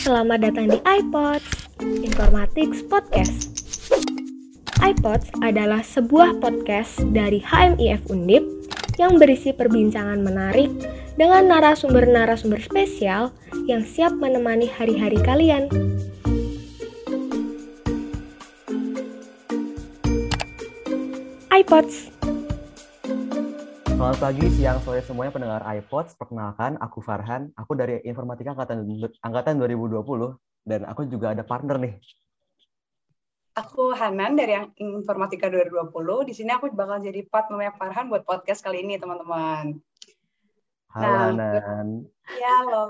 selamat datang di iPods, Informatics Podcast. iPods adalah sebuah podcast dari HMIF Undip yang berisi perbincangan menarik dengan narasumber-narasumber spesial yang siap menemani hari-hari kalian. iPods. Selamat pagi, siang, sore semuanya pendengar iPods. Perkenalkan, aku Farhan. Aku dari Informatika angkatan 2020 dan aku juga ada partner nih. Aku Hanan dari Informatika 2020. Di sini aku bakal jadi partnernya Farhan buat podcast kali ini, teman-teman. Halo Hanan. Ya, halo.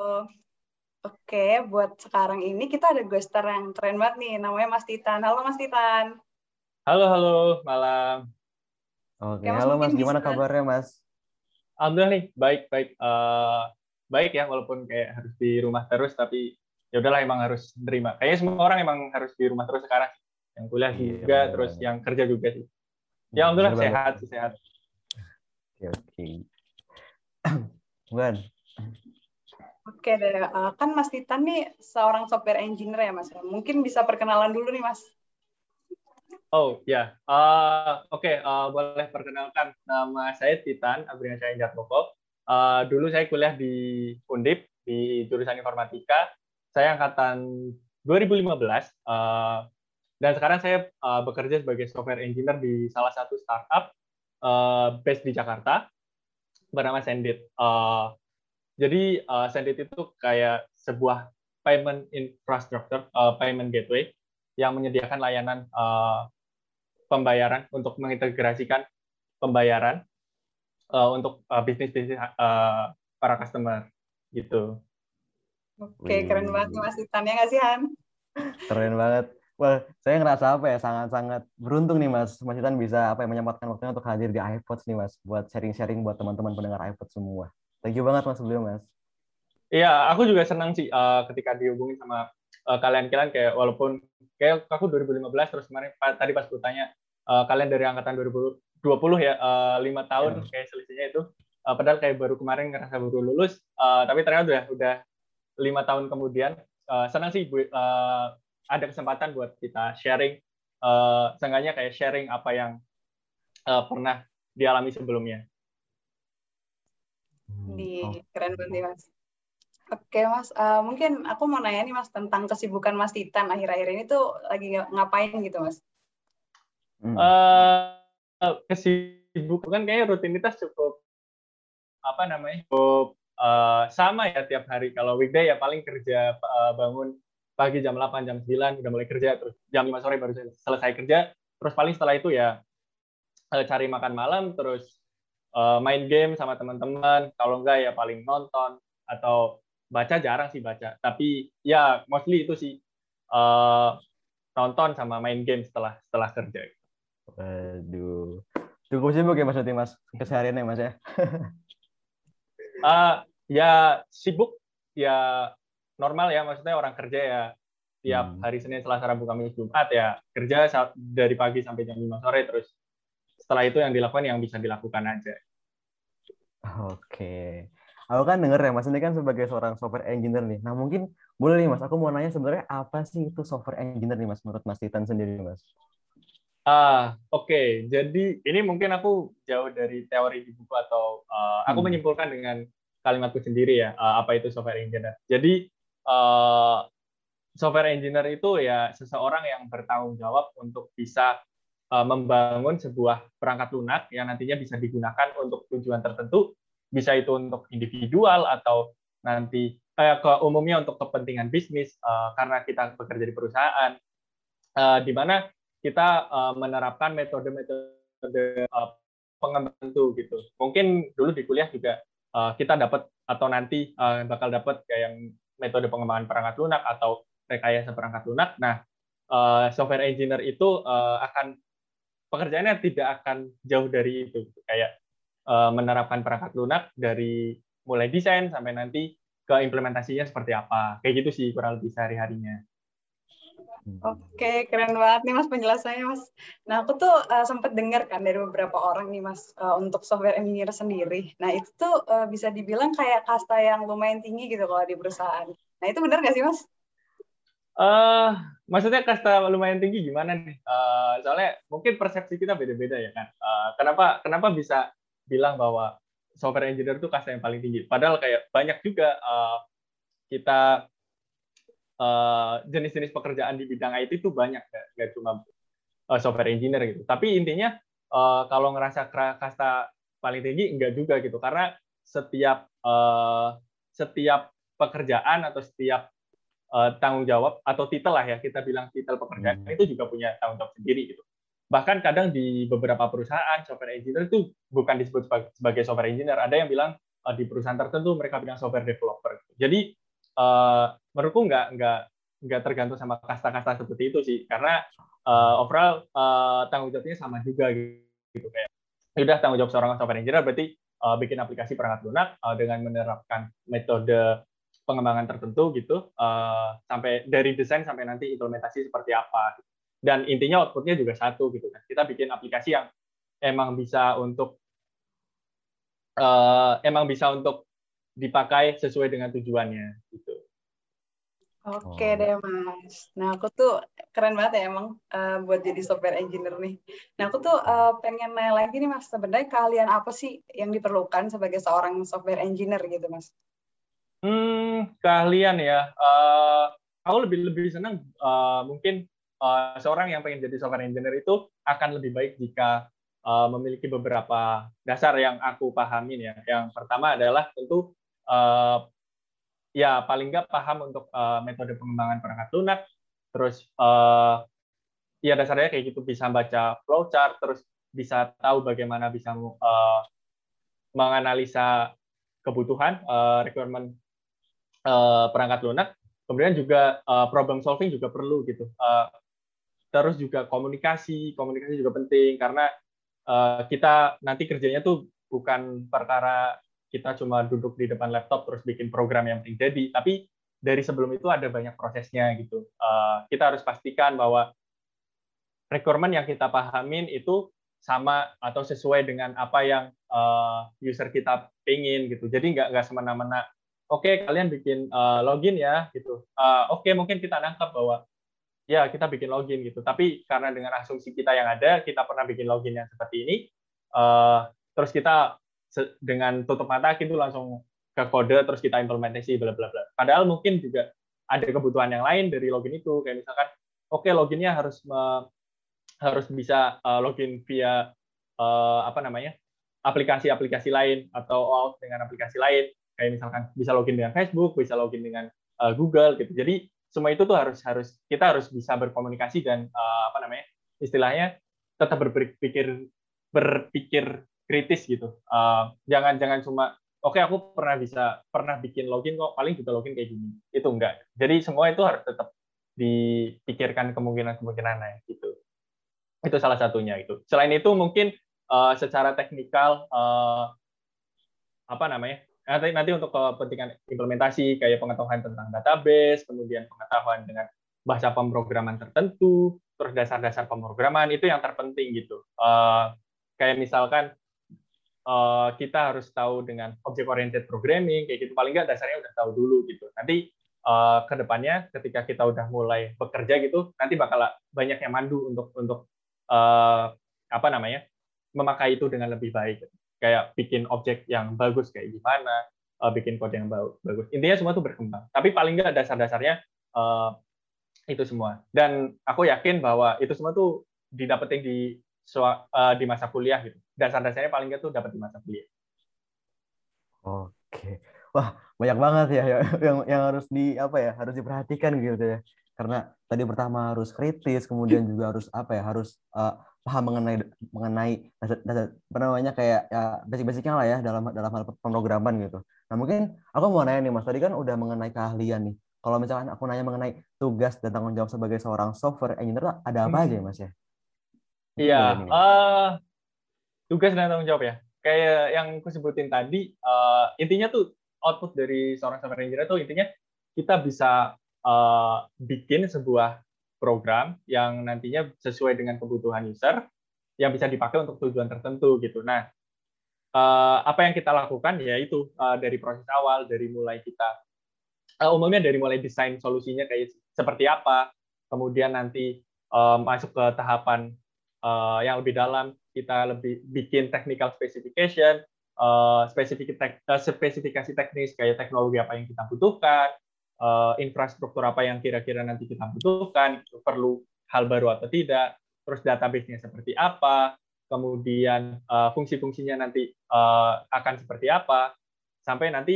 Oke, buat sekarang ini kita ada guestar yang keren banget nih, namanya Mas Titan. Halo Mas Titan. Halo, malam. Oke, halo Mas, gimana kabarnya Mas? Alhamdulillah nih, baik. Baik ya, walaupun kayak harus di rumah terus, tapi ya udahlah emang harus nerima. Kayaknya semua orang emang harus di rumah terus sekarang. Yang kuliah juga, terus yang kerja juga sih. Ya alhamdulillah sehat. Oke. Bukan. Oke deh, kan Mas Titan nih seorang software engineer ya Mas. Mungkin bisa perkenalan dulu nih Mas. Oh ya, oke, boleh perkenalkan, nama saya Titan Abriansyah Jatmoko. Dulu saya kuliah di Undip di jurusan Informatika. Saya angkatan 2015 dan sekarang saya bekerja sebagai software engineer di salah satu startup based di Jakarta bernama Sendit. Jadi Sendit itu kayak sebuah payment infrastructure, payment gateway yang menyediakan layanan pembayaran untuk mengintegrasikan pembayaran untuk bisnis-bisnis para customer gitu. Oke, keren banget nih Mas Titan, ya nggak sih Han? Keren banget. Wah, saya ngerasa sangat-sangat beruntung nih Mas Titan bisa menyempatkan waktunya untuk hadir di iPods nih Mas, buat sharing-sharing buat teman-teman pendengar iPods semua. Thank you banget Mas sebelumnya Mas. Iya, aku juga senang sih ketika dihubungin sama kalian kayak walaupun kayak aku 2015 terus kemarin tadi pas aku tanya kalian dari angkatan 2020 ya 5 tahun kayak selisihnya itu padahal kayak baru kemarin ngerasa baru lulus tapi ternyata udah 5 tahun kemudian senang sih ada kesempatan buat kita sharing seenggaknya kayak sharing apa yang pernah dialami sebelumnya. Keren banget nih Mas. Oke Mas, mungkin aku mau nanya nih Mas tentang kesibukan Mas Titan akhir-akhir ini tuh lagi ngapain gitu Mas? Kesibukan kayaknya rutinitas cukup sama ya tiap hari. Kalau weekday ya paling kerja bangun pagi jam 8, jam 9 udah mulai kerja, terus jam 5 sore baru selesai kerja, terus paling setelah itu ya cari makan malam, terus main game sama teman-teman, kalau enggak ya paling nonton atau baca, jarang sih baca, tapi ya mostly itu sih nonton sama main game setelah kerja. Waduh, cukup sibuk ya Mas kesehariannya Mas ya? Ya sibuk, ya normal ya, maksudnya orang kerja ya tiap hari Senin, Selasa, Rabu, Kamis, Jumat ya kerja dari pagi sampai jam 5 sore, terus setelah itu yang dilakukan yang bisa dilakukan aja. Oke. Aku kan denger ya Mas ini kan sebagai seorang software engineer nih. Nah mungkin boleh nih Mas, aku mau nanya sebenarnya apa sih itu software engineer nih Mas menurut Mas Titan sendiri Mas? Oke. Jadi ini mungkin aku jauh dari teori di buku atau aku menyimpulkan dengan kalimatku sendiri ya, apa itu software engineer. Jadi software engineer itu ya seseorang yang bertanggung jawab untuk bisa membangun sebuah perangkat lunak yang nantinya bisa digunakan untuk tujuan tertentu, bisa itu untuk individual atau nanti umumnya untuk kepentingan bisnis karena kita bekerja di perusahaan, di mana kita menerapkan metode-metode pengembangan itu gitu. Mungkin dulu di kuliah juga kita dapat atau nanti bakal dapat kayak yang metode pengembangan perangkat lunak atau rekayasa perangkat lunak. Nah, software engineer itu pekerjaannya tidak akan jauh dari itu, kayak menerapkan perangkat lunak dari mulai desain sampai nanti ke implementasinya seperti apa, kayak gitu sih kurang lebih sehari-harinya. Oke, keren banget nih Mas penjelasannya Mas. Nah, aku tuh sempat dengar kan dari beberapa orang nih Mas untuk software engineer sendiri. Nah, itu tuh bisa dibilang kayak kasta yang lumayan tinggi gitu kalau di perusahaan. Nah, itu benar nggak sih Mas? Eh, Maksudnya kasta lumayan tinggi gimana nih? Soalnya mungkin persepsi kita beda-beda ya kan. Kenapa bisa bilang bahwa software engineer itu kasta yang paling tinggi? Padahal kayak banyak juga kita jenis-jenis pekerjaan di bidang IT itu banyak, nggak cuma software engineer gitu. Tapi intinya kalau ngerasa kasta paling tinggi enggak juga gitu, karena setiap pekerjaan atau setiap tanggung jawab atau titel lah ya, kita bilang titel pekerjaan itu juga punya tanggung jawab sendiri gitu. Bahkan kadang di beberapa perusahaan software engineer itu bukan disebut sebagai software engineer, ada yang bilang di perusahaan tertentu mereka bilang software developer. Jadi menurutku nggak tergantung sama kasta-kasta seperti itu sih, karena overall tanggung jawabnya sama juga gitu. Kayak udah tanggung jawab seorang software engineer berarti bikin aplikasi perangkat lunak dengan menerapkan metode pengembangan tertentu gitu, sampai dari desain sampai nanti implementasi seperti apa. Dan intinya outputnya juga satu gitu kan. Kita bikin aplikasi yang emang bisa untuk dipakai sesuai dengan tujuannya gitu. Oke deh Mas. Nah, aku tuh keren banget ya emang buat jadi software engineer nih. Nah, aku tuh pengen nanya lagi nih Mas, sebenarnya keahlian apa sih yang diperlukan sebagai seorang software engineer gitu Mas? Keahlian ya. Aku lebih senang mungkin seorang yang pengen jadi software engineer itu akan lebih baik jika memiliki beberapa dasar yang aku pahamin ya. Yang pertama adalah tentu ya paling nggak paham untuk metode pengembangan perangkat lunak. Terus ya dasarnya kayak gitu, bisa baca flowchart, terus bisa tahu bagaimana bisa menganalisa kebutuhan requirement perangkat lunak. Kemudian juga problem solving juga perlu gitu. Terus juga komunikasi juga penting, karena kita nanti kerjanya tuh bukan perkara kita cuma duduk di depan laptop terus bikin program yang penting jadi, tapi dari sebelum itu ada banyak prosesnya gitu. Kita harus pastikan bahwa requirement yang kita pahamin itu sama atau sesuai dengan apa yang user kita pengen gitu. Jadi nggak semena-mena, oke, kalian bikin login ya gitu. Oke, mungkin kita nangkap bahwa ya kita bikin login gitu. Tapi karena dengan asumsi kita yang ada, kita pernah bikin login yang seperti ini, terus kita dengan tutup mata gitu langsung ke kode, terus kita implementasi bla bla bla. Padahal mungkin juga ada kebutuhan yang lain dari login itu, kayak misalkan oke, loginnya harus bisa login via aplikasi-aplikasi lain atau out dengan aplikasi lain, kayak misalkan bisa login dengan Facebook, bisa login dengan Google gitu. Jadi semua itu tuh harus kita harus bisa berkomunikasi dan istilahnya tetap berpikir kritis gitu. Jangan cuma oke, aku pernah bikin login kok, paling juga login kayak gini. Itu enggak. Jadi semua itu harus tetap dipikirkan kemungkinan-kemungkinannya gitu. Itu salah satunya itu. Selain itu mungkin secara teknikal nanti untuk kepentingan implementasi kayak pengetahuan tentang database, kemudian pengetahuan dengan bahasa pemrograman tertentu, terus dasar-dasar pemrograman itu yang terpenting gitu. Kayak misalkan kita harus tahu dengan object oriented programming kayak gitu, paling nggak dasarnya udah tahu dulu gitu. Nanti ke depannya ketika kita udah mulai bekerja gitu, nanti bakal banyak yang mandu untuk memakai itu dengan lebih baik. Kayak bikin objek yang bagus kayak gimana, bikin kode yang bagus. Intinya semua itu berkembang. Tapi paling nggak dasar-dasarnya itu semua. Dan aku yakin bahwa itu semua tuh didapetin di masa kuliah gitu. Dasar-dasarnya paling nggak tuh dapat di masa kuliah. Oke. Wah, banyak banget ya yang harus harus diperhatikan gitu ya. Karena tadi pertama harus kritis, kemudian juga harus harus paham mengenai kayak ya basic-basicnya lah ya dalam hal pemrograman gitu. Nah, mungkin aku mau nanya nih Mas, tadi kan udah mengenai keahlian nih. Kalau misalkan aku nanya mengenai tugas dan tanggung jawab sebagai seorang software engineer, ada apa aja ya Mas ya? Iya, tugas dan tanggung jawab ya. Kayak yang aku sebutin tadi, intinya tuh output dari seorang software engineer tuh intinya kita bisa bikin sebuah program yang nantinya sesuai dengan kebutuhan user yang bisa dipakai untuk tujuan tertentu gitu. Nah, apa yang kita lakukan yaitu dari proses awal, dari mulai kita umumnya dari mulai desain solusinya kayak seperti apa, kemudian nanti masuk ke tahapan yang lebih dalam, kita lebih bikin technical specification, spesifikasi teknis kayak teknologi apa yang kita butuhkan, infrastruktur apa yang kira-kira nanti kita butuhkan, perlu hal baru atau tidak, terus database-nya seperti apa, kemudian fungsi-fungsinya nanti akan seperti apa, sampai nanti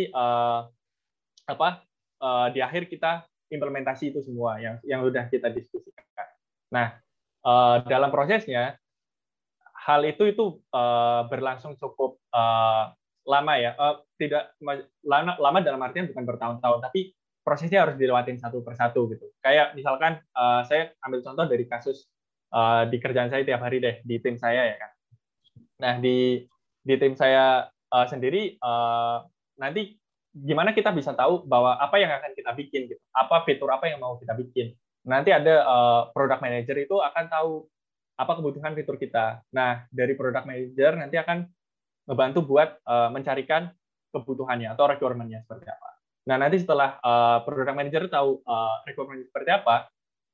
di akhir kita implementasi itu semua yang sudah kita diskusikan. Nah, dalam prosesnya hal itu berlangsung cukup lama ya, tidak lama dalam artian bukan bertahun-tahun, tapi prosesnya harus dilewatin satu persatu gitu. Kayak misalkan saya ambil contoh dari kasus di kerjaan saya tiap hari deh di tim saya ya kan. Nah di tim saya sendiri nanti gimana kita bisa tahu bahwa apa yang akan kita bikin gitu, apa fitur apa yang mau kita bikin. Nanti ada product manager itu akan tahu apa kebutuhan fitur kita. Nah dari product manager nanti akan ngebantu buat mencarikan kebutuhannya atau requirement-nya seperti apa. Nah, nanti setelah product manager tahu requirement seperti apa,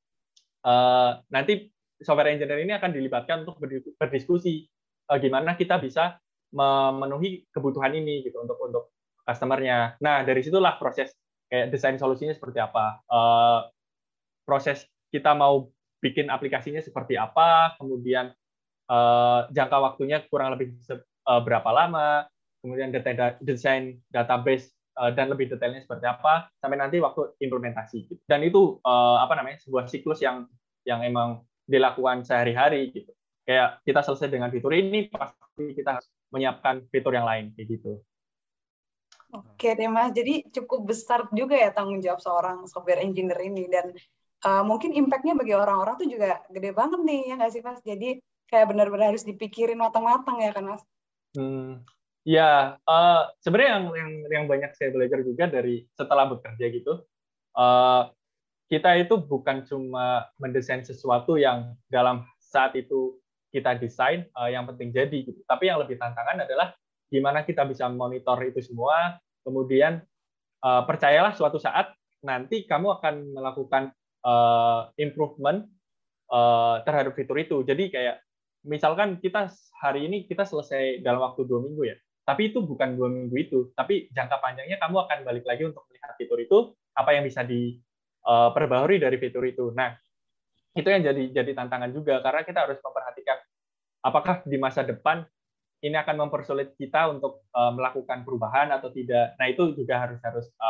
nanti software engineer ini akan dilibatkan untuk berdiskusi gimana kita bisa memenuhi kebutuhan ini gitu untuk customer-nya. Nah, dari situlah proses kayak desain solusinya seperti apa, proses kita mau bikin aplikasinya seperti apa, kemudian jangka waktunya kurang lebih berapa lama, kemudian desain database dan lebih detailnya seperti apa sampai nanti waktu implementasi gitu. Dan itu sebuah siklus yang emang dilakukan sehari-hari gitu. Kayak kita selesai dengan fitur ini pasti kita harus menyiapkan fitur yang lain kayak gitu. Oke deh Mas, jadi cukup besar juga ya tanggung jawab seorang software engineer ini, dan mungkin impact-nya bagi orang-orang tuh juga gede banget nih, ya nggak sih Mas? Jadi kayak benar-benar harus dipikirin matang-matang ya kan Mas? Ya, sebenarnya yang banyak saya belajar juga dari setelah bekerja gitu, kita itu bukan cuma mendesain sesuatu yang dalam saat itu kita desain yang penting jadi gitu, tapi yang lebih tantangan adalah gimana kita bisa monitor itu semua, kemudian percayalah suatu saat nanti kamu akan melakukan improvement terhadap fitur itu. Jadi kayak misalkan kita hari ini kita selesai dalam waktu 2 minggu ya, tapi itu bukan 2 minggu itu, tapi jangka panjangnya kamu akan balik lagi untuk melihat fitur itu, apa yang bisa diperbaharui dari fitur itu. Nah, itu yang jadi tantangan juga, karena kita harus memperhatikan apakah di masa depan ini akan mempersulit kita untuk melakukan perubahan atau tidak. Nah, itu juga harus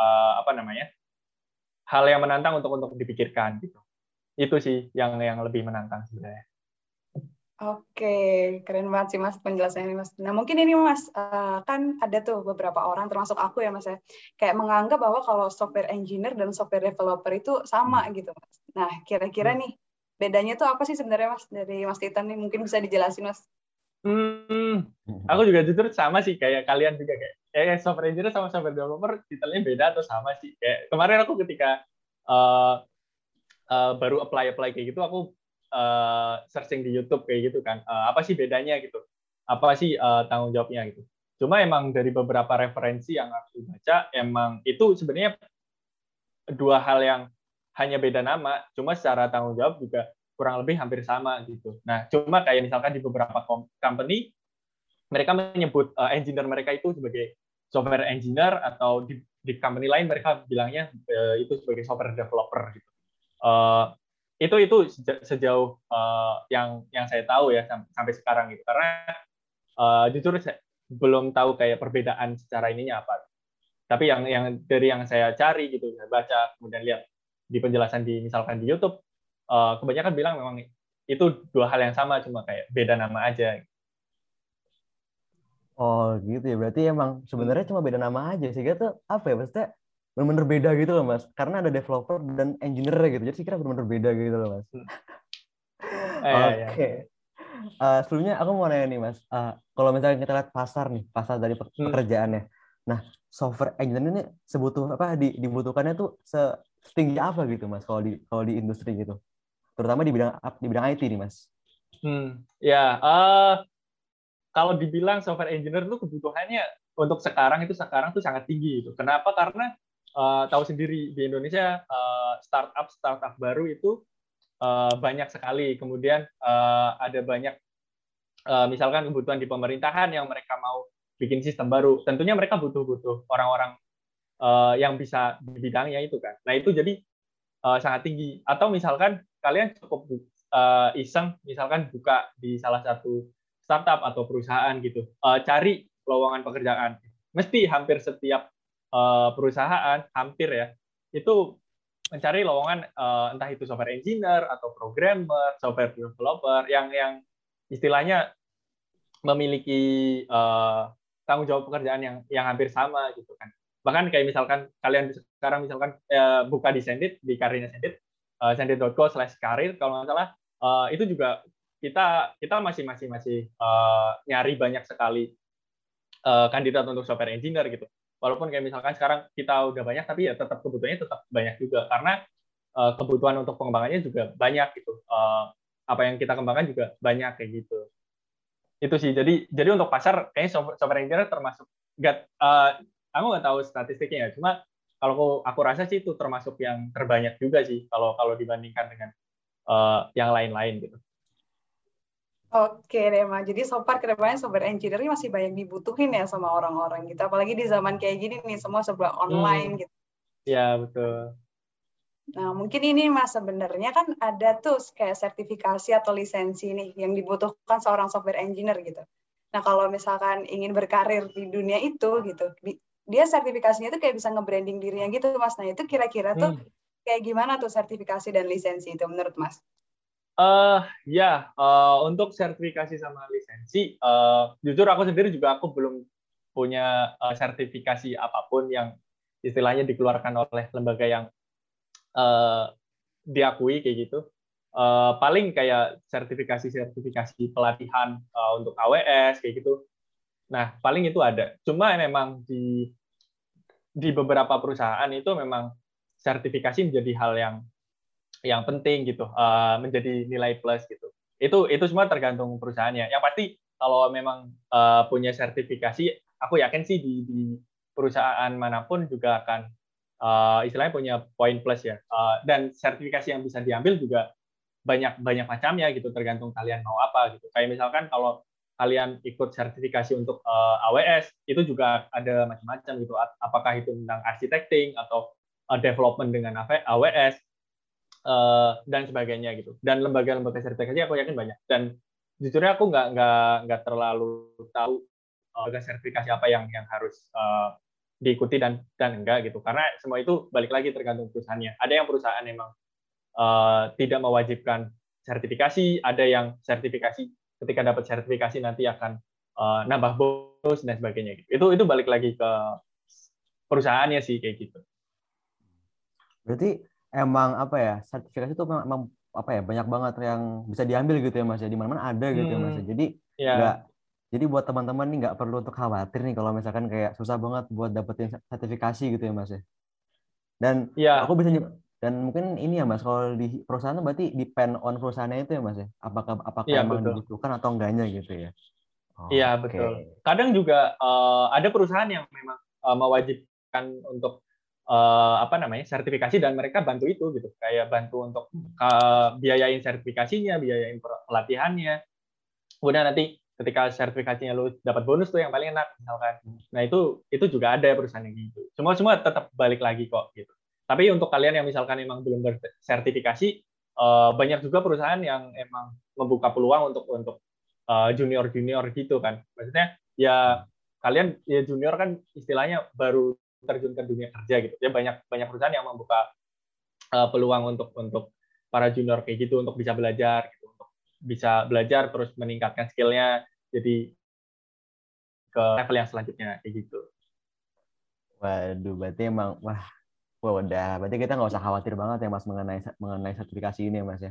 hal yang menantang untuk dipikirkan gitu. Itu sih yang lebih menantang sebenarnya. Oke, keren banget sih Mas penjelasannya Mas. Nah mungkin ini Mas, kan ada tuh beberapa orang termasuk aku ya Mas ya, kayak menganggap bahwa kalau software engineer dan software developer itu sama gitu Mas. Nah kira-kira nih bedanya tuh apa sih sebenarnya Mas dari Mas Titan nih, mungkin bisa dijelasin Mas? Aku juga jujur sama sih kayak kalian juga kayak software engineer sama software developer titelnya beda atau sama sih. Kayak kemarin aku ketika baru apply kayak gitu, aku searching di YouTube kayak gitu kan, apa sih bedanya gitu, apa sih tanggung jawabnya gitu. Cuma emang dari beberapa referensi yang aku baca, emang itu sebenarnya dua hal yang hanya beda nama, cuma secara tanggung jawab juga kurang lebih hampir sama gitu. Nah, cuma kayak misalkan di beberapa company, mereka menyebut engineer mereka itu sebagai software engineer, atau di company lain mereka bilangnya itu sebagai software developer gitu. Itu sejauh yang saya tahu ya sampai sekarang gitu, karena jujur saya belum tahu kayak perbedaan secara ininya apa, tapi yang dari yang saya cari gitu, saya baca kemudian lihat di penjelasan misalkan di YouTube, kebanyakan bilang memang itu dua hal yang sama, cuma kayak beda nama aja. Oh gitu ya, berarti emang sebenarnya cuma beda nama aja sih, gitu apa ya maksudnya benar-benar beda gitu loh Mas, karena ada developer dan engineer gitu, jadi sih kira benar-benar beda gitu loh Mas. Oke. Sebelumnya aku mau nanya nih Mas, kalau misalnya kita lihat pasar dari pekerjaannya, nah software engineer ini dibutuhkannya tuh setinggi apa gitu Mas kalau di industri gitu? terutama di bidang IT nih Mas. Ya, kalau dibilang software engineer itu kebutuhannya untuk sekarang tuh sangat tinggi itu. Kenapa? Karena tahu sendiri di Indonesia startup baru itu banyak sekali. Kemudian ada banyak misalkan kebutuhan di pemerintahan yang mereka mau bikin sistem baru. Tentunya mereka butuh orang-orang yang bisa di bidangnya itu kan. Nah itu jadi sangat tinggi. Atau misalkan kalian cukup iseng, misalkan buka di salah satu startup atau perusahaan gitu, cari lowongan pekerjaan. Mesti hampir setiap perusahaan, hampir ya, itu mencari lowongan entah itu software engineer atau programmer, software developer yang istilahnya memiliki tanggung jawab pekerjaan yang hampir sama gitu kan. Bahkan kayak misalkan kalian sekarang misalkan buka di Sendit, di karirnya Sendit, sendit.co/karir kalau nggak salah, itu juga kita masih nyari banyak sekali kandidat untuk software engineer gitu. Walaupun kayak misalkan sekarang kita udah banyak, tapi ya tetap kebutuhannya tetap banyak juga karena kebutuhan untuk pengembangannya juga banyak gitu. Apa yang kita kembangkan juga banyak kayak gitu. Itu sih. Jadi untuk pasar kayaknya software engineer termasuk aku nggak tahu statistiknya ya. Cuma kalau aku rasa sih itu termasuk yang terbanyak juga sih kalau dibandingkan dengan yang lain-lain gitu. Oke deh, Ma. Jadi so far kedepannya software engineer ini masih banyak dibutuhin ya sama orang-orang gitu. Apalagi di zaman kayak gini nih, semua serba online gitu. Ya, betul. Nah, mungkin ini Mas sebenarnya kan ada tuh kayak sertifikasi atau lisensi nih yang dibutuhkan seorang software engineer gitu. Nah, kalau misalkan ingin berkarir di dunia itu gitu, dia sertifikasinya tuh kayak bisa nge-branding dirinya gitu, Mas. Nah, itu kira-kira tuh kayak gimana tuh sertifikasi dan lisensi itu menurut Mas? Untuk sertifikasi sama lisensi, jujur aku sendiri juga aku belum punya sertifikasi apapun yang istilahnya dikeluarkan oleh lembaga yang diakui kayak gitu. Paling kayak sertifikasi pelatihan untuk AWS kayak gitu. Nah, paling itu ada. Cuma memang di beberapa perusahaan itu memang sertifikasi menjadi hal yang penting gitu, menjadi nilai plus gitu. Itu semua tergantung perusahaannya. Yang pasti kalau memang punya sertifikasi, aku yakin sih di perusahaan manapun juga akan istilahnya punya poin plus ya. Dan sertifikasi yang bisa diambil juga banyak macamnya gitu, tergantung kalian mau apa gitu. Kayak misalkan kalau kalian ikut sertifikasi untuk AWS, itu juga ada macam-macam gitu. Apakah itu tentang architecting atau development dengan AWS, dan sebagainya gitu. Dan lembaga-lembaga sertifikasi aku yakin banyak. Dan jujurnya aku nggak terlalu tahu lembaga sertifikasi apa yang harus diikuti dan enggak gitu. Karena semua itu balik lagi tergantung perusahaannya. Ada yang perusahaan memang tidak mewajibkan sertifikasi, ada yang sertifikasi ketika dapat sertifikasi nanti akan nambah bonus dan sebagainya gitu. Itu balik lagi ke perusahaannya sih kayak gitu. Berarti emang apa ya, sertifikasi itu memang apa ya, banyak banget yang bisa diambil gitu ya Mas ya, di mana-mana ada gitu ya Mas. Jadi jadi buat teman-teman nih nggak perlu untuk khawatir nih kalau misalkan kayak susah banget buat dapetin sertifikasi gitu ya Mas ya. Dan aku bisa dan mungkin ini ya Mas, kalau di perusahaan berarti depend on perusahaannya itu ya Mas ya. Apakah emang dibutuhkan atau enggaknya gitu ya. Iya, betul. Kadang juga ada perusahaan yang memang mewajibkan untuk sertifikasi dan mereka bantu itu gitu, kayak bantu untuk biayain sertifikasinya, biayain pelatihannya. Kemudian nanti ketika sertifikasinya lu dapat bonus tuh yang paling enak misalkan. Nah, itu juga ada perusahaan yang gitu. Semua tetap balik lagi kok gitu. Tapi untuk kalian yang misalkan emang belum bersertifikasi, banyak juga perusahaan yang emang membuka peluang untuk junior gitu kan. Maksudnya ya kalian ya junior kan istilahnya baru terjun ke dunia kerja gitu. Ya banyak perusahaan yang membuka peluang untuk para junior kayak gitu untuk bisa belajar gitu, untuk bisa belajar terus meningkatkan skill-nya jadi ke level yang selanjutnya kayak gitu. Waduh, berarti emang udah, berarti kita nggak usah khawatir banget ya Mas mengenai sertifikasi ini ya Mas ya.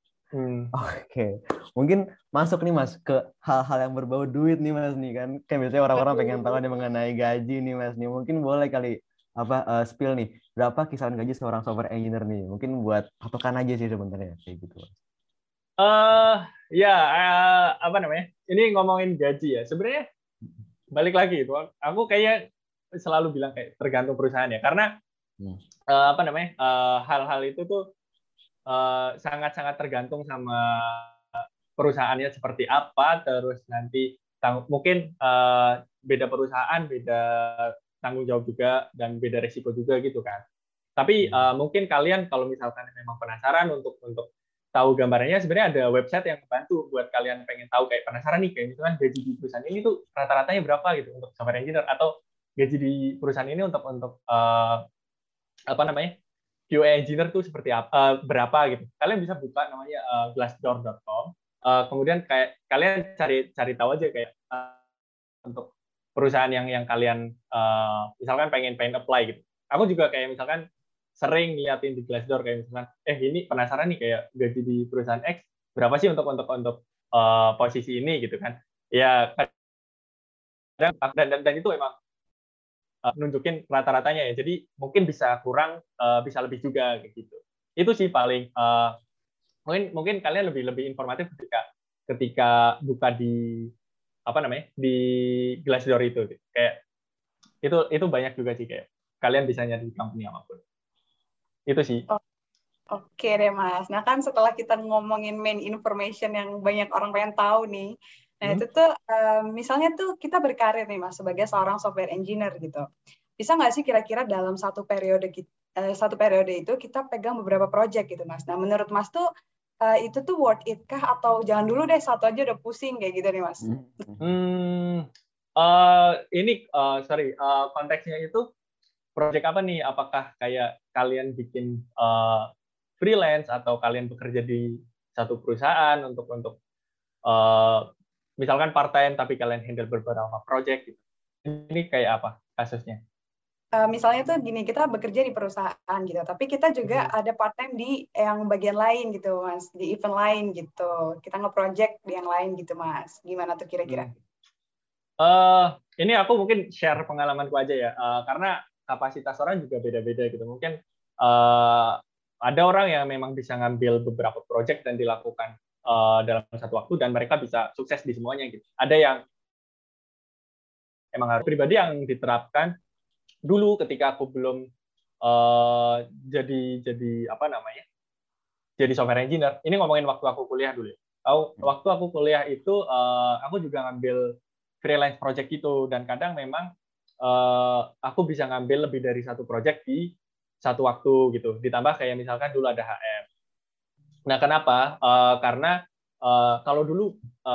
Oke. Mungkin masuk nih Mas ke hal-hal yang berbau duit nih Mas nih kan. Kan biasanya orang-orang pengen tahu nih mengenai gaji nih Mas nih. Mungkin boleh kali spill nih, berapa kisaran gaji seorang software engineer nih? Mungkin buat patokan aja sih sebenarnya kayak gitu. Ya, apa namanya? Ini ngomongin gaji ya. Sebenarnya balik lagi itu, aku kayak selalu bilang kayak tergantung perusahaan ya, karena apa namanya? Hal-hal itu tuh sangat-sangat tergantung sama perusahaannya seperti apa, terus nanti mungkin beda perusahaan, beda tanggung jawab juga, dan beda risiko juga gitu kan. Tapi mungkin kalian kalau misalkan memang penasaran untuk tahu gambarannya, sebenarnya ada website yang membantu buat kalian pengen tahu, kayak penasaran nih, kayak misalkan gaji di perusahaan ini tuh rata-ratanya berapa gitu untuk software engineer, atau gaji di perusahaan ini untuk apa namanya, QA engineer tuh seperti apa, berapa gitu. Kalian bisa buka namanya glassdoor.com. Kemudian kayak kalian cari tahu aja kayak untuk perusahaan yang kalian misalkan pengen apply gitu. Aku juga kayak misalkan sering liatin di Glassdoor kayak misalkan ini penasaran nih kayak gaji di perusahaan X berapa sih untuk posisi ini gitu kan. Ya dan itu emang nunjukin rata-ratanya ya. Jadi mungkin bisa kurang, bisa lebih juga kayak gitu. Itu sih paling mungkin kalian lebih informatif ketika buka di apa namanya di Glassdoor itu kayak itu banyak juga sih, kayak kalian bisa nyari di company apapun. Itu sih. Oke deh Mas. Nah kan setelah kita ngomongin main information yang banyak orang pengen tahu nih, nah itu tuh misalnya tuh kita berkarir nih Mas sebagai seorang software engineer gitu. Bisa nggak sih kira-kira dalam satu periode itu kita pegang beberapa project gitu Mas. Nah menurut Mas tuh itu tuh worth it kah, atau jangan dulu deh satu aja udah pusing kayak gitu nih Mas? Ini sorry, konteksnya itu project apa nih? Apakah kayak kalian bikin freelance atau kalian bekerja di satu perusahaan untuk misalkan part time tapi kalian handle beberapa project gitu. Ini kayak apa kasusnya? Misalnya tuh gini, kita bekerja di perusahaan gitu, tapi kita juga ada part time di yang bagian lain gitu Mas, di event lain gitu. Kita nge-project di yang lain gitu Mas. Gimana tuh kira-kira? Ini aku mungkin share pengalamanku aja ya, karena kapasitas orang juga beda-beda gitu. Mungkin ada orang yang memang bisa ngambil beberapa project dan dilakukan dalam satu waktu dan mereka bisa sukses di semuanya gitu. Ada yang emang harus pribadi yang diterapkan dulu ketika aku belum jadi apa namanya, jadi software engineer. Ini ngomongin waktu aku kuliah dulu. Waktu aku kuliah itu aku juga ngambil freelance project itu, dan kadang memang aku bisa ngambil lebih dari satu project di satu waktu gitu. Ditambah kayak misalkan dulu ada HM. Nah kenapa? Karena kalau dulu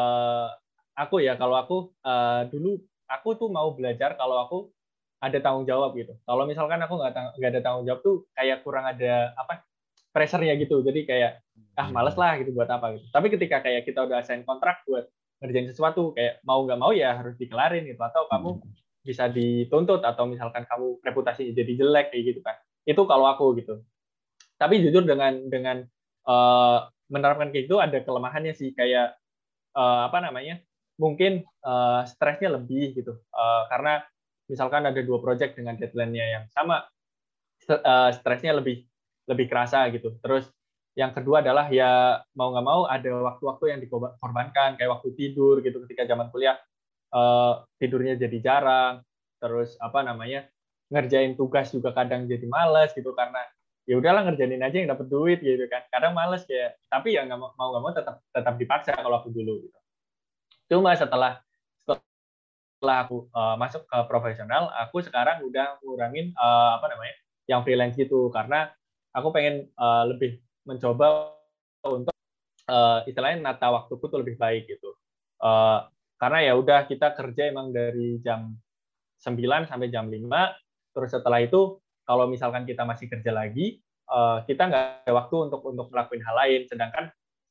dulu aku tuh mau belajar kalau aku ada tanggung jawab gitu. Kalau misalkan aku nggak ada tanggung jawab tuh kayak kurang ada pressure-nya gitu. Jadi kayak males lah gitu buat apa gitu. Tapi ketika kayak kita udah sign kontrak buat ngerjain sesuatu, kayak mau nggak mau ya harus dikelarin gitu. Atau kamu bisa dituntut, atau misalkan kamu reputasinya jadi jelek kayak gitu kan. Itu kalau aku gitu. Tapi jujur dengan menerapkan kayak gitu ada kelemahannya sih, kayak apa namanya? Mungkin stresnya lebih gitu. Karena misalkan ada 2 project dengan deadline-nya yang sama, stresnya lebih kerasa gitu. Terus yang kedua adalah ya mau nggak mau ada waktu-waktu yang dikorbankan, kayak waktu tidur gitu. Ketika zaman kuliah tidurnya jadi jarang. Terus apa namanya, ngerjain tugas juga kadang jadi malas gitu, karena ya udahlah ngerjain aja yang dapat duit gitu kan. Kadang malas kayak, tapi ya mau nggak mau tetap dipaksa kalau aku dulu gitu. Cuma setelah aku masuk ke profesional, aku sekarang udah ngurangin yang freelance gitu, karena aku pengen lebih mencoba untuk istilahnya nata waktuku tuh lebih baik gitu. Karena ya udah kita kerja emang dari jam 9 sampai jam 5, terus setelah itu kalau misalkan kita masih kerja lagi, kita nggak ada waktu untuk melakukan hal lain. Sedangkan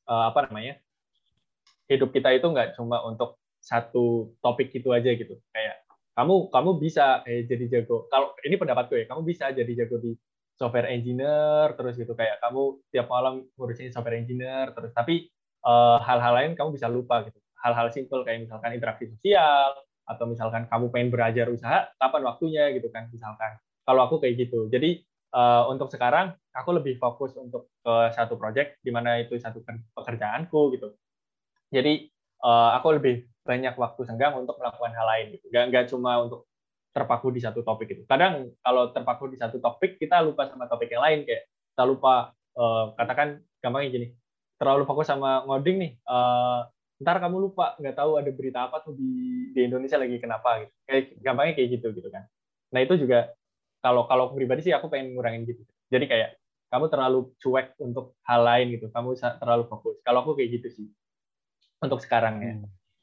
hidup kita itu nggak cuma untuk satu topik itu aja gitu. Kayak kamu bisa jadi jago. Kalau ini pendapatku ya, kamu bisa jadi jago di software engineer terus gitu, kayak kamu tiap malam ngurusin software engineer terus, tapi hal-hal lain kamu bisa lupa gitu. Hal-hal simpel kayak misalkan interaksi sosial, atau misalkan kamu pengen belajar usaha, kapan waktunya gitu kan misalkan. Kalau aku kayak gitu. Jadi untuk sekarang aku lebih fokus untuk ke satu project di mana itu satu pekerjaanku gitu. Jadi aku lebih banyak waktu senggang untuk melakukan hal lain gitu. Nggak cuma untuk terpaku di satu topik itu. Kadang kalau terpaku di satu topik kita lupa sama topik yang lain, kayak kita lupa katakan gampangnya gini, terlalu fokus sama ngoding nih, ntar kamu lupa nggak tahu ada berita apa tuh di Indonesia lagi kenapa gitu. Kayak gampangnya kayak gitu kan. Nah itu juga kalau aku pribadi sih aku pengen ngurangin gitu. Jadi kayak kamu terlalu cuek untuk hal lain gitu, kamu terlalu fokus. Kalau aku kayak gitu sih untuk sekarang ya.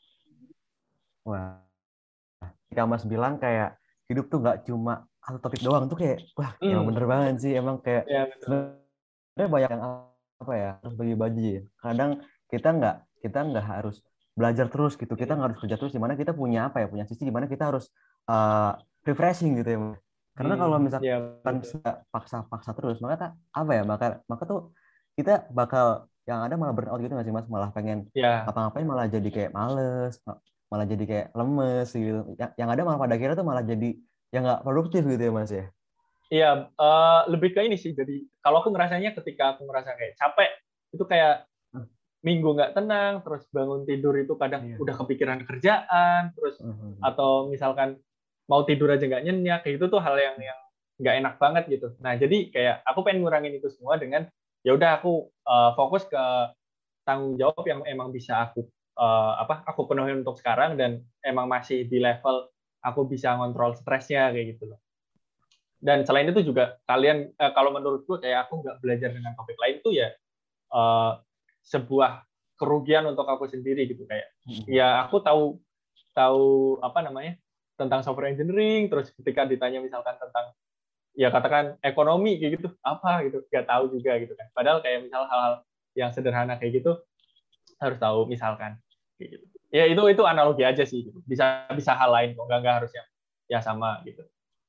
Wah, ketika Mas bilang kayak hidup tuh nggak cuma satu topik doang tuh kayak wah emang bener banget sih, emang kayak Ya, betul. sebenarnya banyak yang apa ya, harus bagi-bagi ya. Kadang kita nggak harus belajar terus gitu, kita nggak harus kerja terus, dimana kita punya apa ya, punya sisi dimana kita harus refreshing gitu ya. Karena kalau Ya, misalkan betul. paksa terus, apa ya, maka tuh kita bakal yang ada malah burn out gitu nggak sih Mas, malah pengen Ya, apa-ngapain malah jadi kayak males, malah jadi kayak lemes gitu. Yang ada malah pada akhirnya tuh malah jadi yang nggak produktif gitu ya Mas ya. iya, lebih ke ini sih. Jadi kalau aku ngerasanya ketika aku ngerasa kayak capek, itu kayak minggu nggak tenang, terus bangun tidur itu kadang Iya. udah kepikiran kerjaan, terus atau misalkan mau tidur aja nggak nyenyak, kayak itu tuh hal yang nggak enak banget gitu. Nah jadi kayak aku pengen ngurangin itu semua dengan ya udah aku fokus ke tanggung jawab yang emang bisa aku penuhi untuk sekarang dan emang masih di level aku bisa ngontrol stresnya kayak gitu loh. Dan selain itu juga kalian kalau menurutku kayak aku nggak belajar dengan topik lain tuh ya sebuah kerugian untuk aku sendiri gitu, kayak ya aku tahu apa namanya tentang software engineering, terus ketika ditanya misalkan tentang ya katakan ekonomi kayak gitu apa gitu nggak tahu juga gitu kan, padahal kayak misal hal-hal yang sederhana kayak gitu harus tahu misalkan kayak gitu. Ya itu analogi aja sih gitu. Bisa hal lain kok, nggak harus yang ya sama gitu.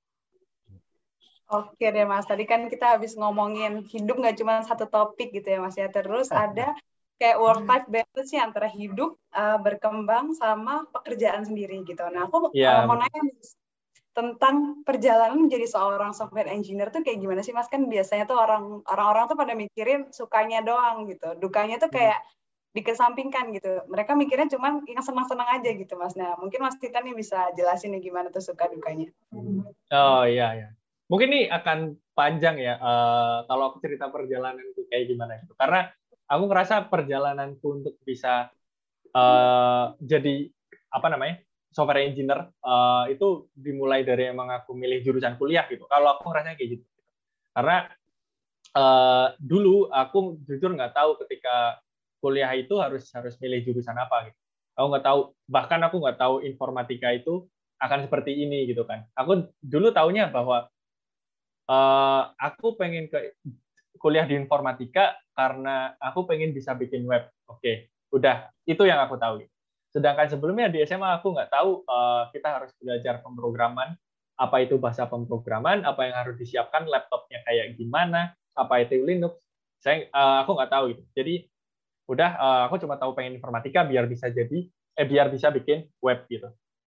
Oke deh Mas, tadi kan kita habis ngomongin hidup nggak cuma satu topik gitu ya Mas ya. Terus ada kayak work-life balance nih antara hidup berkembang sama pekerjaan sendiri gitu. Nah aku Ya, mau nanya Mas, tentang perjalanan menjadi seorang software engineer tuh kayak gimana sih Mas? Kan biasanya tuh orang-orang tuh pada mikirin sukanya doang gitu, dukanya tuh kayak dikesampingkan gitu. Mereka mikirnya cuma yang senang-senang aja gitu Mas. Nah mungkin Mas Titan nih bisa jelasin nih gimana tuh suka dukanya. oh iya ya. Mungkin ini akan panjang ya kalau aku cerita perjalanan itu kayak gimana gitu. Karena aku ngerasa perjalananku untuk bisa jadi apa namanya software engineer itu dimulai dari emang aku milih jurusan kuliah gitu. Kalau aku ngerasanya kayak gitu. Karena dulu aku jujur nggak tahu ketika kuliah itu harus milih jurusan apa gitu. Aku nggak tahu, bahkan aku nggak tahu informatika itu akan seperti ini gitu kan. Aku dulu taunya bahwa aku pengen kuliah di informatika karena aku pengen bisa bikin web. Oke, udah itu yang aku tahu. Sedangkan sebelumnya di SMA aku nggak tahu kita harus belajar pemrograman, apa itu bahasa pemrograman, apa yang harus disiapkan, laptopnya kayak gimana, apa itu Linux. Aku nggak tahu gitu. Jadi udah aku cuma tahu pengen informatika biar bisa bikin web gitu.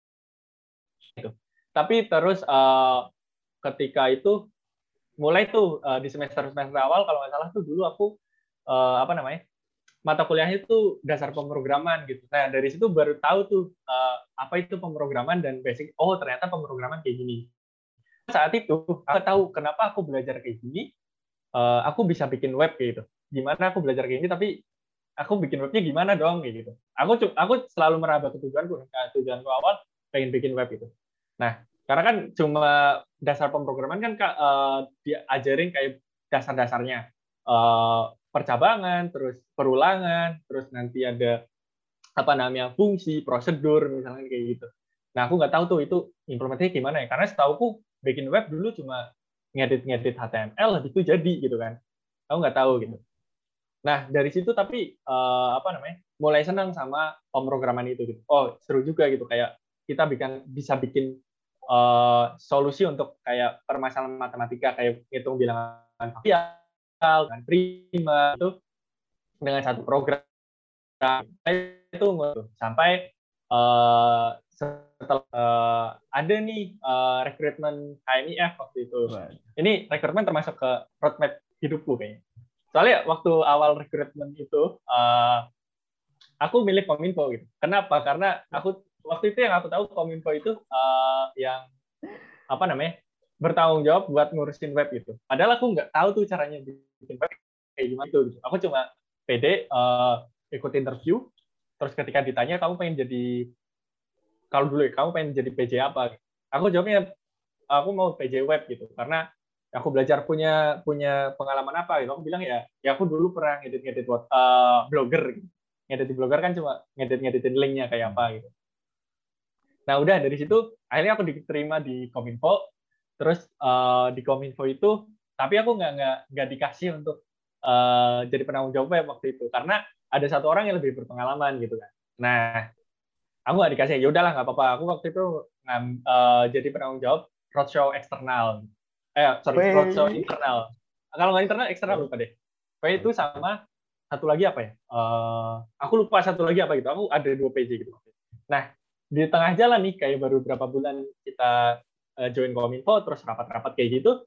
Tapi terus ketika itu mulai tuh di semester awal kalau nggak salah tuh dulu aku apa namanya mata kuliahnya itu dasar pemrograman gitu. Nah dari situ baru tahu tuh apa itu pemrograman dan basic. Oh ternyata pemrograman kayak gini. Saat itu aku tahu kenapa aku belajar kayak gini. Aku bisa bikin web kayak gitu. Gimana aku belajar kayak gini tapi aku bikin webnya gimana dong kayak gitu. Aku selalu meraba ke tujuanku. Tujuanku awal pengen bikin web itu. Nah karena kan cuma dasar pemrograman kan diajarin kayak dasar-dasarnya percabangan, terus perulangan, terus nanti ada apa namanya fungsi, prosedur misalnya kayak gitu. Nah aku nggak tahu tuh itu implementasinya gimana ya, karena setauku bikin web dulu cuma ngedit HTML habis itu jadi gitu kan. Aku nggak tahu gitu. Nah dari situ tapi apa namanya mulai senang sama pemrograman itu gitu. Oh seru juga gitu, kayak kita bisa bikin solusi untuk kayak permasalahan matematika kayak hitung bilangan faksial dan prima itu dengan satu program itu sampai setelah ada nih rekrutmen HMIF waktu itu. Ini rekrutmen termasuk ke roadmap hidupku kayaknya. Soalnya waktu awal rekrutmen itu aku milih Kominfo gitu. Kenapa? Karena aku waktu itu yang aku tahu Kominfo itu yang apa namanya bertanggung jawab buat ngurusin web gitu. Padahal aku nggak tahu tuh caranya bikin web kayak gimana itu. Gitu. Aku cuma pede ikut interview, terus ketika ditanya kamu pengen jadi kalau dulu kamu pengen jadi PJ apa? Gitu. Aku jawabnya aku mau PJ web gitu karena aku belajar punya pengalaman apa gitu. Aku bilang ya aku dulu pernah ngedit blogger gitu. Ngedit di blogger kan cuma ngeditin linknya kayak apa gitu. Nah udah dari situ akhirnya aku diterima di Kominfo. Terus di Kominfo itu, tapi aku nggak dikasih untuk jadi penanggung jawab web waktu itu karena ada satu orang yang lebih berpengalaman gitu kan. Nah aku nggak dikasih, ya udahlah nggak apa-apa. Aku waktu itu jadi penanggung jawab roadshow eksternal. Roadshow internal. Kalau nggak internal, eksternal lupa deh. Pokoknya itu sama satu lagi apa ya? Aku lupa satu lagi apa gitu. Aku ada 2 PJ gitu. Nah di tengah jalan nih, kayak baru berapa bulan kita join Kominfo, terus rapat-rapat kayak gitu,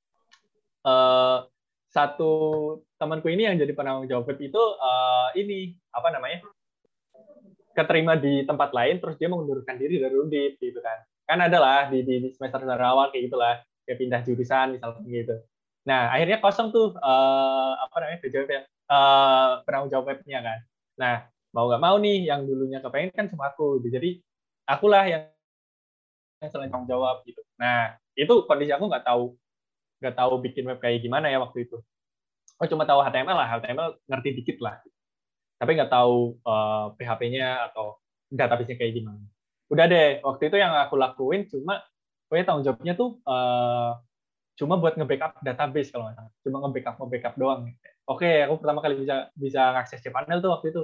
satu temanku ini yang jadi penanggung jawab web itu ini apa namanya keterima di tempat lain, terus dia mengundurkan diri dari Undip gitu kan ada lah di semester awal kayak gitulah, dia pindah jurusan misalnya gitu. Nah akhirnya kosong tuh apa namanya penanggung jawab webnya kan. Nah mau nggak mau nih yang dulunya kepengen kan cuma aku, jadi akulah yang selain tanggung jawab gitu. Nah itu kondisi aku nggak tahu bikin web kayak gimana ya waktu itu. Oh cuma tahu HTML lah, HTML ngerti dikit lah. Tapi nggak tahu PHP-nya atau database-nya kayak gimana. Udah deh, waktu itu yang aku lakuin cuma tanggung jawabnya tuh cuma buat nge-backup database kalau nggak salah. Cuma nge-backup doang. Oke, aku pertama kali bisa ngakses cPanel tuh waktu itu.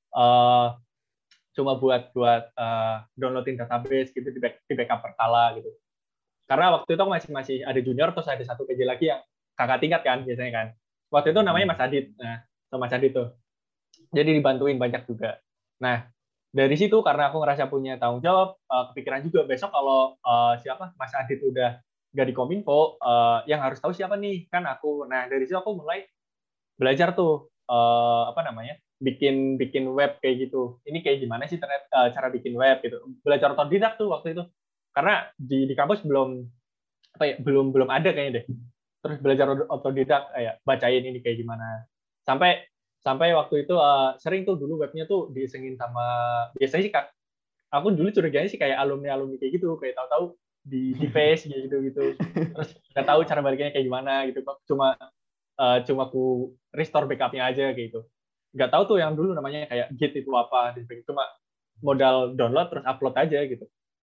Cuma buat downloadin database gitu di backup berkala gitu. Karena waktu itu aku masih ada junior, terus ada satu PJ lagi yang kakak tingkat kan biasanya kan. Waktu itu namanya Mas Adit. Nah, sama Mas Adit tuh. Jadi dibantuin banyak juga. Nah, dari situ karena aku ngerasa punya tanggung jawab, kepikiran juga besok kalau siapa Mas Adit udah nggak di Kominfo, yang harus tahu siapa nih kan aku. Nah, dari situ aku mulai belajar tuh apa namanya bikin web kayak gitu. Ini kayak gimana sih cara bikin web gitu. Belajar otodidak tuh waktu itu. Karena di kampus belum belum ada kayaknya deh. Terus belajar otodidak kayak bacain ini kayak gimana. Sampai waktu itu sering tuh dulu webnya tuh diisengin sama biasanya sih aku dulu curiganya sih kayak alumni kayak gitu, kayak tahu-tahu di face gitu. Terus nggak tahu cara baliknya kayak gimana gitu. Cuma aku restore backup-nya aja gitu. Nggak tahu tuh yang dulu namanya kayak Git itu apa, cuma modal download terus upload aja gitu.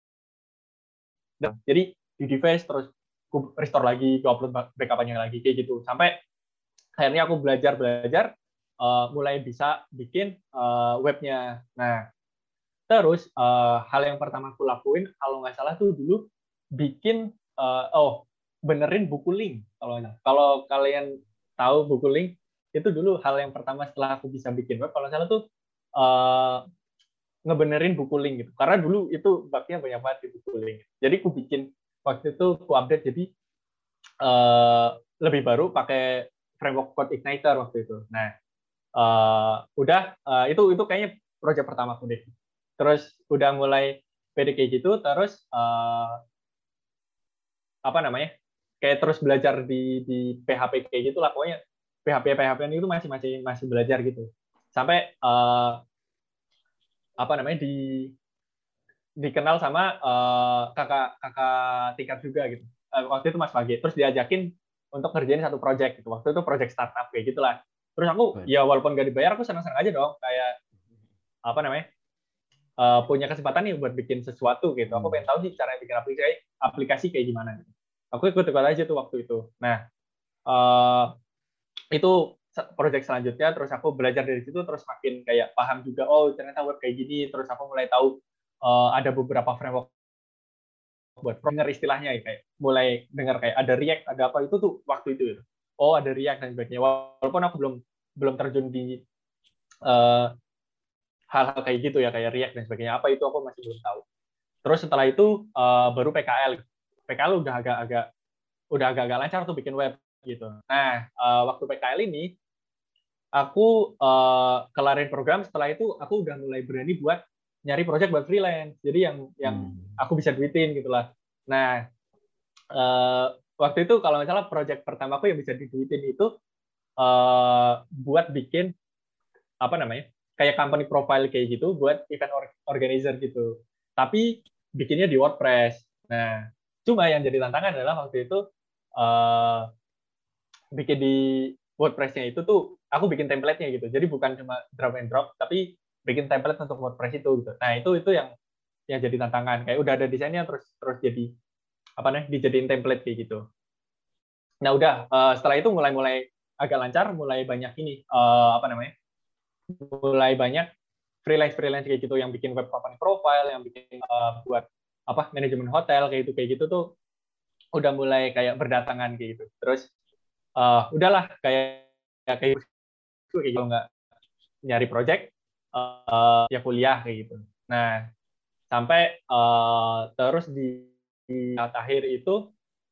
Jadi di device terus aku restore lagi, aku upload backup-nya lagi kayak gitu. Sampai akhirnya aku belajar mulai bisa bikin webnya. Nah, terus hal yang pertama aku lakuin kalau nggak salah tuh dulu bikin benerin buku link. Kalau kalian tahu buku link itu dulu hal yang pertama setelah aku bisa bikin web kalau salah tuh ngebenerin buku link gitu. Karena dulu itu bugnya banyak banget di buku link. Jadi aku bikin waktu itu aku update jadi lebih baru pakai framework Code Igniter waktu itu. Nah, itu kayaknya proyek pertama aku deh. Terus udah mulai pede kayak gitu, terus apa namanya? Kayak terus belajar di PHP kayak gitu lah, pokoknya PHP itu masih belajar gitu. Sampai apa namanya dikenal sama kakak tingkat juga gitu. Waktu itu Mas Pagi, terus diajakin untuk ngerjain satu project gitu. Waktu itu project startup kayak gitulah. Terus aku ya walaupun nggak dibayar aku senang-senang aja dong, kayak apa namanya punya kesempatan nih buat bikin sesuatu gitu. Aku pengen tahu sih cara bikin aplikasi kayak gimana gitu. Aku ikut aja tuh waktu itu. Nah itu project selanjutnya, terus aku belajar dari situ, terus makin kayak paham juga, oh ternyata web kayak gini, terus aku mulai tahu ada beberapa framework buat denger istilahnya, kayak mulai dengar kayak ada React, ada apa itu tuh waktu itu. Oh ada React dan sebagainya, walaupun aku belum terjun di hal-hal kayak gitu ya, kayak React dan sebagainya, apa itu aku masih belum tahu. Terus setelah itu baru PKL. PKL udah agak lancar tuh bikin web gitu. Nah, waktu PKL ini aku kelarin program, setelah itu aku udah mulai berani buat nyari project buat freelance. Jadi yang aku bisa duitin gitulah. Nah, waktu itu kalau nggak salah project pertama aku yang bisa diduitin itu buat bikin apa namanya? Kayak company profile kayak gitu buat event organizer gitu. Tapi bikinnya di WordPress. Nah, cuma yang jadi tantangan adalah waktu itu bikin di WordPress-nya itu tuh aku bikin template-nya gitu. Jadi bukan cuma drag and drop, tapi bikin template untuk WordPress itu gitu. Nah, itu yang jadi tantangan. Kayak udah ada desainnya terus jadi apa nih dijadiin template kayak gitu. Nah, udah setelah itu mulai agak lancar, mulai banyak ini apa namanya? Mulai banyak freelance kayak gitu yang bikin web company profile, yang bikin buat apa manajemen hotel kayak gitu tuh udah mulai kayak berdatangan kayak gitu. Terus udahlah kayak kalau nggak nyari project ya kuliah kayak gitu. Nah, sampai terus di akhir itu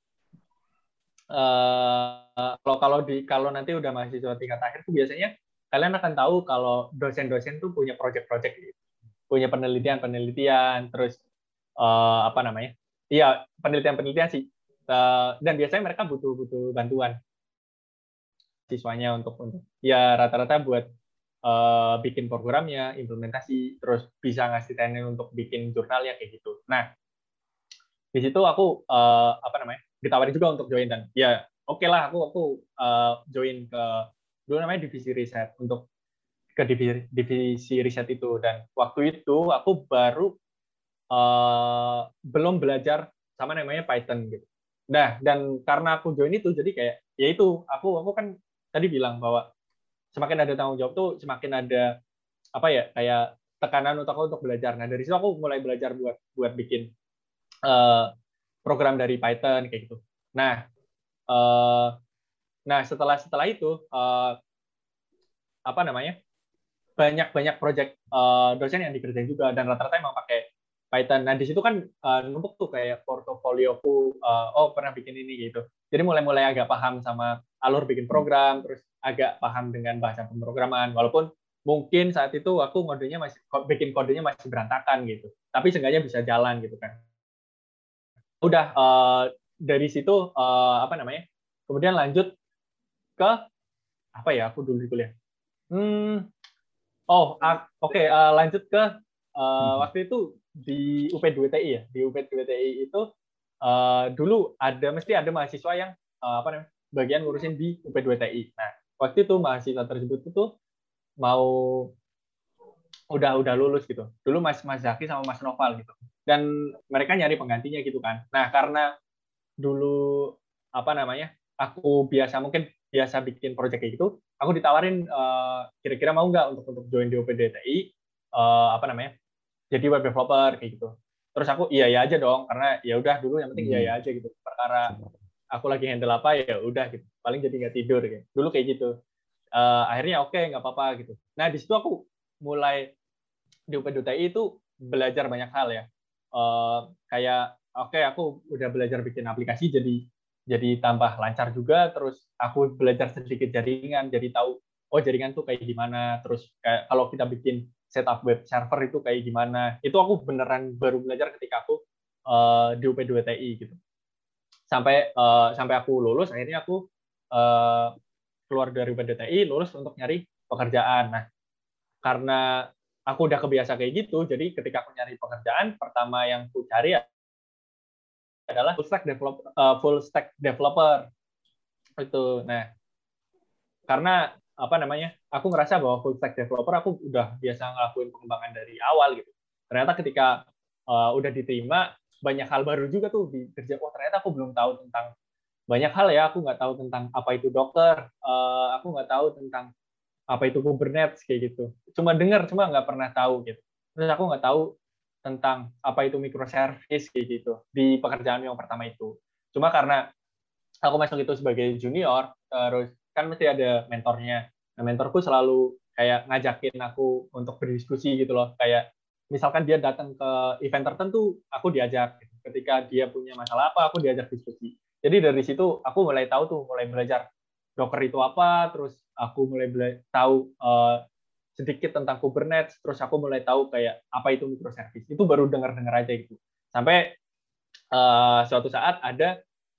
kalau nanti udah mahasiswa tingkat akhir tuh biasanya kalian akan tahu kalau dosen-dosen tuh punya project-project gitu. Punya penelitian, terus apa namanya? Iya, penelitian sih. Dan biasanya mereka butuh bantuan siswanya untuk ya rata-rata buat bikin programnya, implementasi, terus bisa ngasih training untuk bikin jurnalnya kayak gitu. Nah, di situ aku apa namanya? Ditawarin juga untuk join dan ya oke lah aku join ke dulu namanya divisi riset untuk ke divisi riset itu dan waktu itu aku baru belum belajar sama namanya Python gitu. Nah, dan karena aku join itu jadi kayak ya itu aku kan tadi bilang bahwa semakin ada tanggung jawab tuh semakin ada apa ya kayak tekanan untuk aku untuk belajar. Nah, dari situ aku mulai belajar buat bikin program dari Python kayak gitu. Nah, setelah itu apa namanya? banyak project dosen yang dikerjain juga dan rata-rata emang pakai Python. Nah, di situ kan numpuk tuh kayak portofolioku pernah bikin ini gitu. Jadi mulai agak paham sama alur bikin program, terus agak paham dengan bahasa pemrograman walaupun mungkin saat itu aku bikin kodenya masih berantakan gitu. Tapi seenggaknya bisa jalan gitu kan. Udah dari situ apa namanya? Kemudian lanjut ke apa ya? Aku dulu di kuliah. Oke. Lanjut ke waktu itu di UP2TI ya. Di UP2TI itu dulu mesti ada mahasiswa yang apa namanya? Bagian ngurusin di UP2TI. Nah, waktu itu mahasiswa tersebut itu mau udah lulus gitu. Dulu Mas Zaki sama Mas Noval gitu. Dan mereka nyari penggantinya gitu kan. Nah, karena dulu apa namanya? Aku mungkin biasa bikin project kayak gitu, aku ditawarin kira-kira mau nggak untuk join di UP2TI apa namanya? Jadi web developer kayak gitu. Terus aku iya aja dong karena ya udah dulu yang penting iya aja gitu. Perkara aku lagi handle apa ya udah gitu. Paling jadi nggak tidur gitu. Dulu kayak gitu. Akhirnya oke, nggak apa-apa gitu. Nah, di situ aku mulai di UP2TI itu belajar banyak hal ya. Kayak aku udah belajar bikin aplikasi jadi tambah lancar juga, terus aku belajar sedikit jaringan, jadi tahu jaringan tuh kayak gimana, terus kayak kalau kita bikin setup web server itu kayak gimana. Itu aku beneran baru belajar ketika aku di UP2TI gitu. Sampai aku lulus, akhirnya aku keluar dari UP2TI, lulus untuk nyari pekerjaan. Nah, karena aku udah kebiasa kayak gitu, jadi ketika aku nyari pekerjaan, pertama yang aku cari adalah full stack developer itu. Nah, karena apa namanya, aku ngerasa bahwa full stack developer aku udah biasa ngelakuin pengembangan dari awal gitu. Ternyata ketika udah diterima, banyak hal baru juga tuh di kerja. Ternyata aku belum tahu tentang banyak hal ya. Aku nggak tahu tentang apa itu Docker, aku nggak tahu tentang apa itu Kubernetes kayak gitu. Cuma dengar, cuma nggak pernah tahu gitu. Terus aku nggak tahu tentang apa itu microservice kayak gitu di pekerjaan yang pertama itu. Cuma karena aku masuk itu sebagai junior, terus kan mesti ada mentornya. Nah, mentorku selalu kayak ngajakin aku untuk berdiskusi gitu loh, kayak misalkan dia datang ke event tertentu, aku diajak. Ketika dia punya masalah apa, aku diajak diskusi. Jadi dari situ aku mulai tahu tuh, mulai belajar Docker itu apa, terus aku mulai tahu sedikit tentang Kubernetes, terus aku mulai tahu kayak apa itu microservice. Itu baru dengar-dengar aja gitu. Sampai suatu saat ada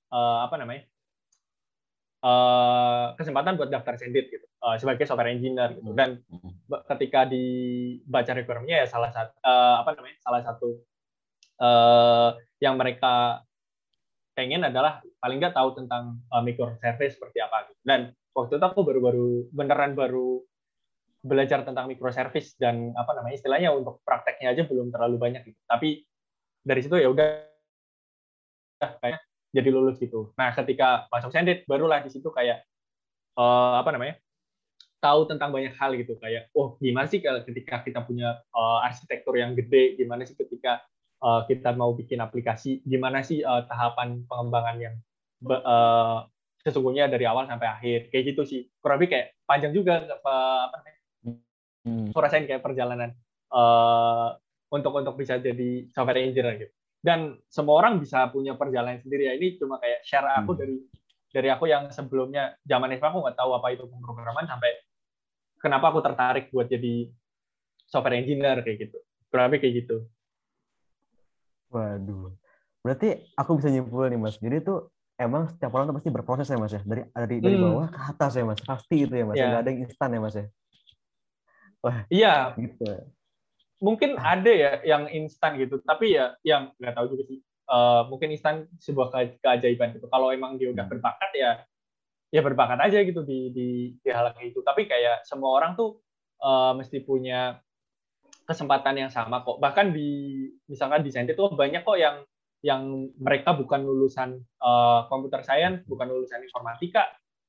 kesempatan buat daftar Sendit gitu sebagai software engineer gitu. Dan ketika dibaca requirement-nya ya salah satu yang mereka pengen adalah paling nggak tahu tentang microservice seperti apa gitu. Dan waktu itu aku baru belajar tentang microservice dan istilahnya untuk prakteknya aja belum terlalu banyak gitu. Tapi dari situ ya udah kayak jadi lulus gitu. Nah, ketika masuk Sendit barulah di situ kayak tahu tentang banyak hal gitu, kayak gimana sih ketika kita punya arsitektur yang gede, gimana sih ketika kita mau bikin aplikasi, gimana sih tahapan pengembangan yang sesungguhnya dari awal sampai akhir, kayak gitu sih. Kurang lebih kayak panjang juga aku rasain kayak perjalanan untuk bisa jadi software engineer gitu. Dan semua orang bisa punya perjalanan sendiri ya. Ini cuma kayak share aku dari aku yang sebelumnya zaman SMA aku nggak tahu apa itu pemrograman, sampai kenapa aku tertarik buat jadi software engineer kayak gitu. Kurang lebih kayak gitu. Waduh. Berarti aku bisa nyimpul nih Mas. Jadi tuh emang setiap orang tuh pasti berproses ya Mas ya. Dari bawah ke atas ya Mas. Pasti itu ya Mas. Nggak ada yang instan ya Mas ya. Wah. Iya. Gitu. Mungkin ada ya yang instan gitu, tapi ya yang nggak tahu juga sih. Mungkin instan sebuah keajaiban gitu. Kalau emang dia udah berbakat ya berbakat aja gitu di hal kayak itu. Tapi kayak semua orang tuh mesti punya kesempatan yang sama kok. Bahkan misalkan di Sendit tuh banyak kok yang mereka bukan lulusan computer science, bukan lulusan informatika,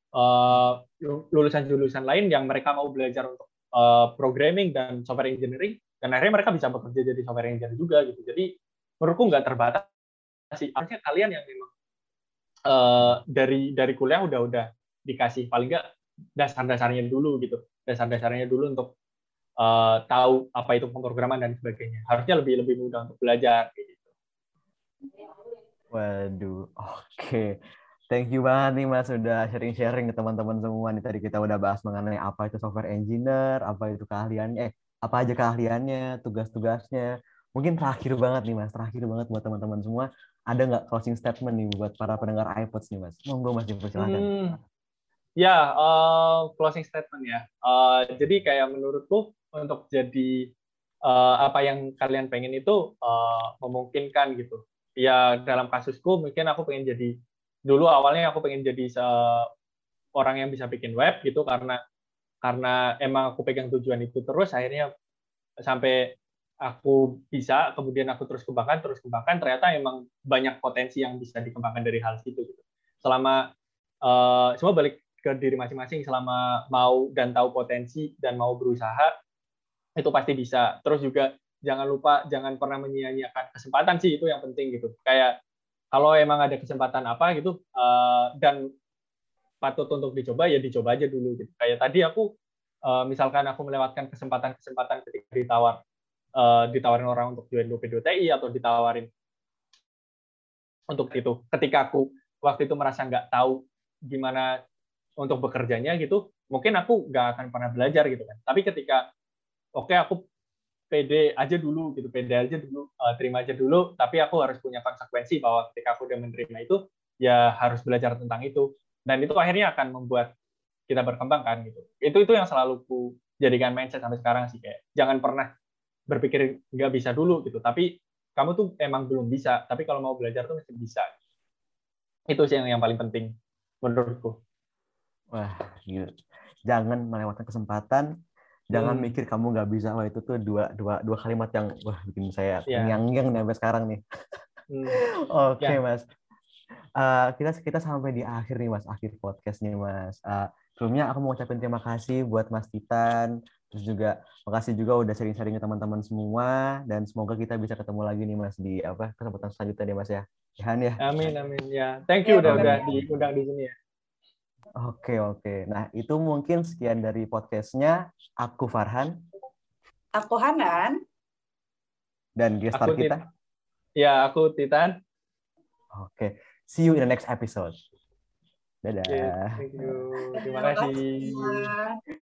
lulusan lain yang mereka mau belajar untuk programming dan software engineering, dan akhirnya mereka bisa bekerja jadi software engineer juga gitu. Jadi menurutku nggak terbatas sih. Harusnya kalian yang memang dari kuliah udah dikasih paling nggak dasar-dasarnya dulu gitu, dasar-dasarnya dulu untuk tahu apa itu pemrograman dan sebagainya. Harusnya lebih mudah untuk belajar gitu. Waduh, oke. Thank you banget nih Mas udah sharing-sharing ke teman-teman semua nih. Tadi kita udah bahas mengenai apa itu software engineer, apa itu keahliannya, apa aja keahliannya, tugas-tugasnya. Mungkin terakhir banget nih Mas, terakhir banget buat teman-teman semua. Ada nggak closing statement nih buat para pendengar iPods nih Mas? Monggo Mas, dipersilakan. Ya, closing statement ya. Jadi kayak menurutku untuk jadi apa yang kalian pengen itu memungkinkan gitu. Ya dalam kasusku mungkin aku pengen jadi, dulu awalnya aku pengen jadi orang yang bisa bikin web gitu, karena emang aku pegang tujuan itu terus, akhirnya sampai aku bisa, kemudian aku terus kembangkan, ternyata emang banyak potensi yang bisa dikembangkan dari hal itu gitu. Selama semua balik ke diri masing-masing, selama mau dan tahu potensi dan mau berusaha, itu pasti bisa. Terus juga jangan pernah menyia-nyiakan kesempatan sih, itu yang penting gitu. Kayak kalau emang ada kesempatan apa gitu dan patut untuk dicoba, ya dicoba aja dulu gitu. Kayak tadi aku misalkan aku melewatkan kesempatan ketika ditawarin orang untuk join P2TI atau ditawarin untuk itu. Ketika aku waktu itu merasa nggak tahu gimana untuk bekerjanya gitu, mungkin aku nggak akan pernah belajar gitu kan. Tapi ketika aku pede aja dulu, terima aja dulu, tapi aku harus punya konsekuensi bahwa ketika aku udah menerima itu, ya harus belajar tentang itu. Dan itu akhirnya akan membuat kita berkembang kan gitu. Itu yang selalu ku jadikan mindset sampai sekarang sih, kayak jangan pernah berpikir nggak bisa dulu gitu, tapi kamu tuh emang belum bisa, tapi kalau mau belajar tuh mesti bisa. Itu sih yang paling penting menurutku. Wah, gitu. Jangan melewatkan kesempatan, jangan mikir kamu nggak bisa. Wah, itu tuh dua kalimat yang bikin saya terngiang-ngiang sampai sekarang nih. Oke, Mas. Kita sampai di akhir nih Mas, akhir podcast nih Mas. Sebelumnya aku mau ucapin terima kasih buat Mas Titan, terus juga makasih juga udah sharing-sharing ke teman-teman semua, dan semoga kita bisa ketemu lagi nih Mas di kesempatan selanjutnya deh Mas ya. Ya. Amin ya. Thank you udah diundang di sini ya. Oke. Nah, itu mungkin sekian dari podcastnya. Aku Farhan. Aku Hanan. Dan guest star kita? Ya, aku Titan. Oke. See you in the next episode. Dadah. Thank you. Terima kasih.